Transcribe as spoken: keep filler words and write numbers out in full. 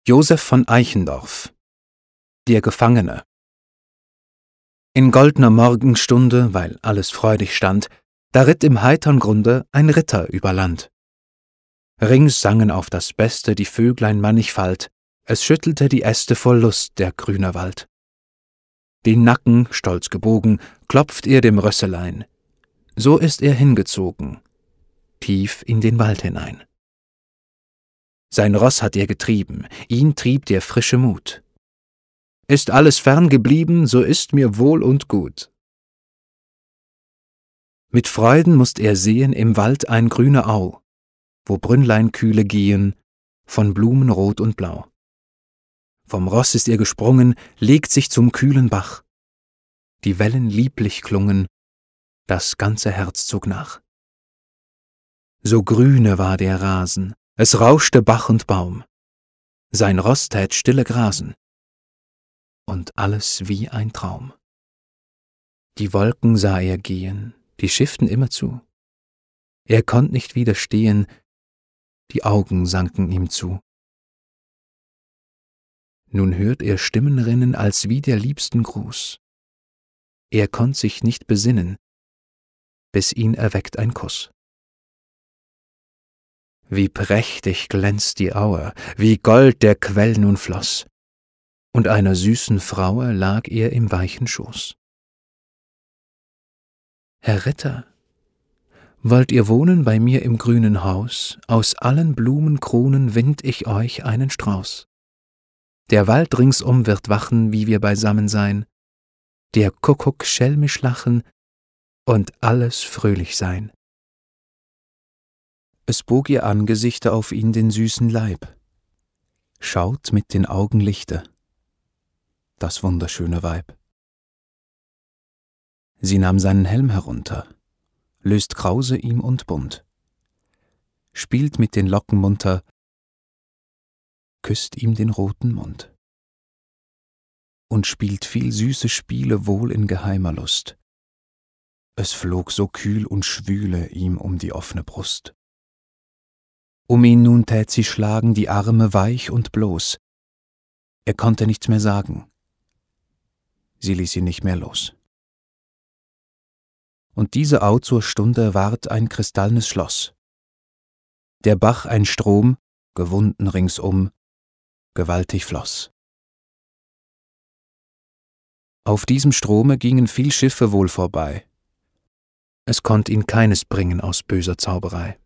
Josef von Eichendorff, der Gefangene. In goldner Morgenstunde, weil alles freudig stand, da ritt im heitern Grunde ein Ritter über Land. Rings sangen auf das Beste die Vöglein mannigfalt, es schüttelte die Äste voll Lust der grüne Wald. Den Nacken, stolz gebogen, klopft er dem Rösselein, so ist er hingezogen, tief in den Wald hinein. Sein Ross hat er getrieben, ihn trieb der frische Mut. Ist alles fern geblieben, so ist mir wohl und gut. Mit Freuden mußt er sehen im Wald ein grüne Au, wo Brünnlein kühle gehen, von Blumen rot und blau. Vom Ross ist er gesprungen, legt sich zum kühlen Bach. Die Wellen lieblich klungen, das ganze Herz zog nach. So grüne war der Rasen, es rauschte Bach und Baum. Sein Ross tät stille grasen, und alles wie ein Traum. Die Wolken sah er gehen, die schifften immerzu. Er konnt nicht widerstehen, die Augen sanken ihm zu. Nun hört er Stimmen rinnen als wie der liebsten Gruß. Er konnt sich nicht besinnen, bis ihn erweckt ein Kuss. Wie prächtig glänzt die Aue, wie Gold der Quell nun floss, und einer süßen Fraue lag er im weichen Schoß. Herr Ritter, wollt ihr wohnen bei mir im grünen Haus, aus allen Blumenkronen wind ich euch einen Strauß. Der Wald ringsum wird wachen, wie wir beisammen sein, der Kuckuck schelmisch lachen und alles fröhlich sein. Es bog ihr Angesichte auf ihn den süßen Leib, schaut mit den Augen Lichte, das wunderschöne Weib. Sie nahm seinen Helm herunter, löst Krause ihm und bunt, spielt mit den Locken munter, küsst ihm den roten Mund und spielt viel süße Spiele wohl in geheimer Lust. Es flog so kühl und schwüle ihm um die offene Brust. Um ihn nun tät sie schlagen die Arme weich und bloß. Er konnte nichts mehr sagen. Sie ließ ihn nicht mehr los. Und diese Au zur Stunde ward ein kristallnes Schloss. Der Bach ein Strom, gewunden ringsum, gewaltig floss. Auf diesem Strome gingen viel Schiffe wohl vorbei. Es konnt ihn keines bringen aus böser Zauberei.